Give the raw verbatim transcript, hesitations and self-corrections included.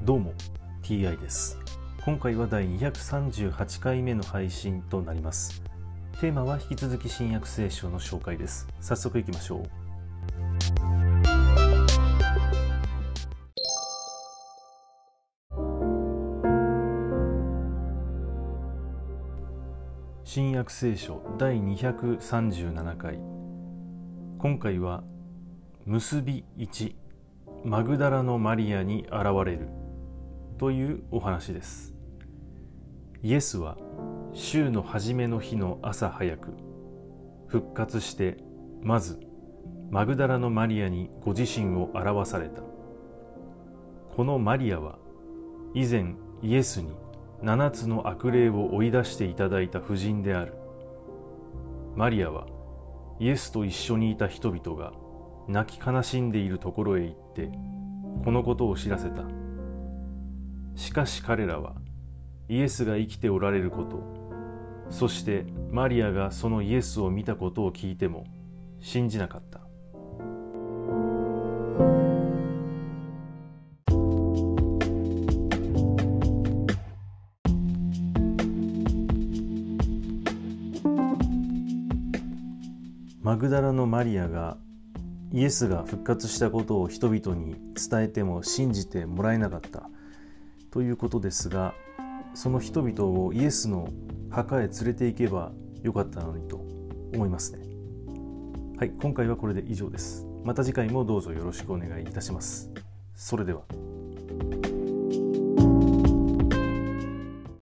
どうも ティーアイ です。今回はだいにひゃくさんじゅうはちかいめの配信となります。テーマは引き続き新約聖書の紹介です。早速いきましょう。新約聖書だいにひゃくさんじゅうななかい。今回は結びいち、マグダラのマリアに現れるというお話です。イエスは週の初めの日の朝早く復活して、まずマグダラのマリアにご自身を表された。このマリアは以前イエスに七つの悪霊を追い出していただいた婦人である。マリアはイエスと一緒にいた人々が泣き悲しんでいるところへ行ってこのことを知らせた。しかし彼らはイエスが生きておられること、そしてマリアがそのイエスを見たことを聞いても信じなかった。マグダラのマリアがイエスが復活したことを人々に伝えても信じてもらえなかったということですが、その人々をイエスの墓へ連れて行けばよかったのにと思いますね。はい、今回はこれで以上です。また次回もどうぞよろしくお願いいたします。それでは。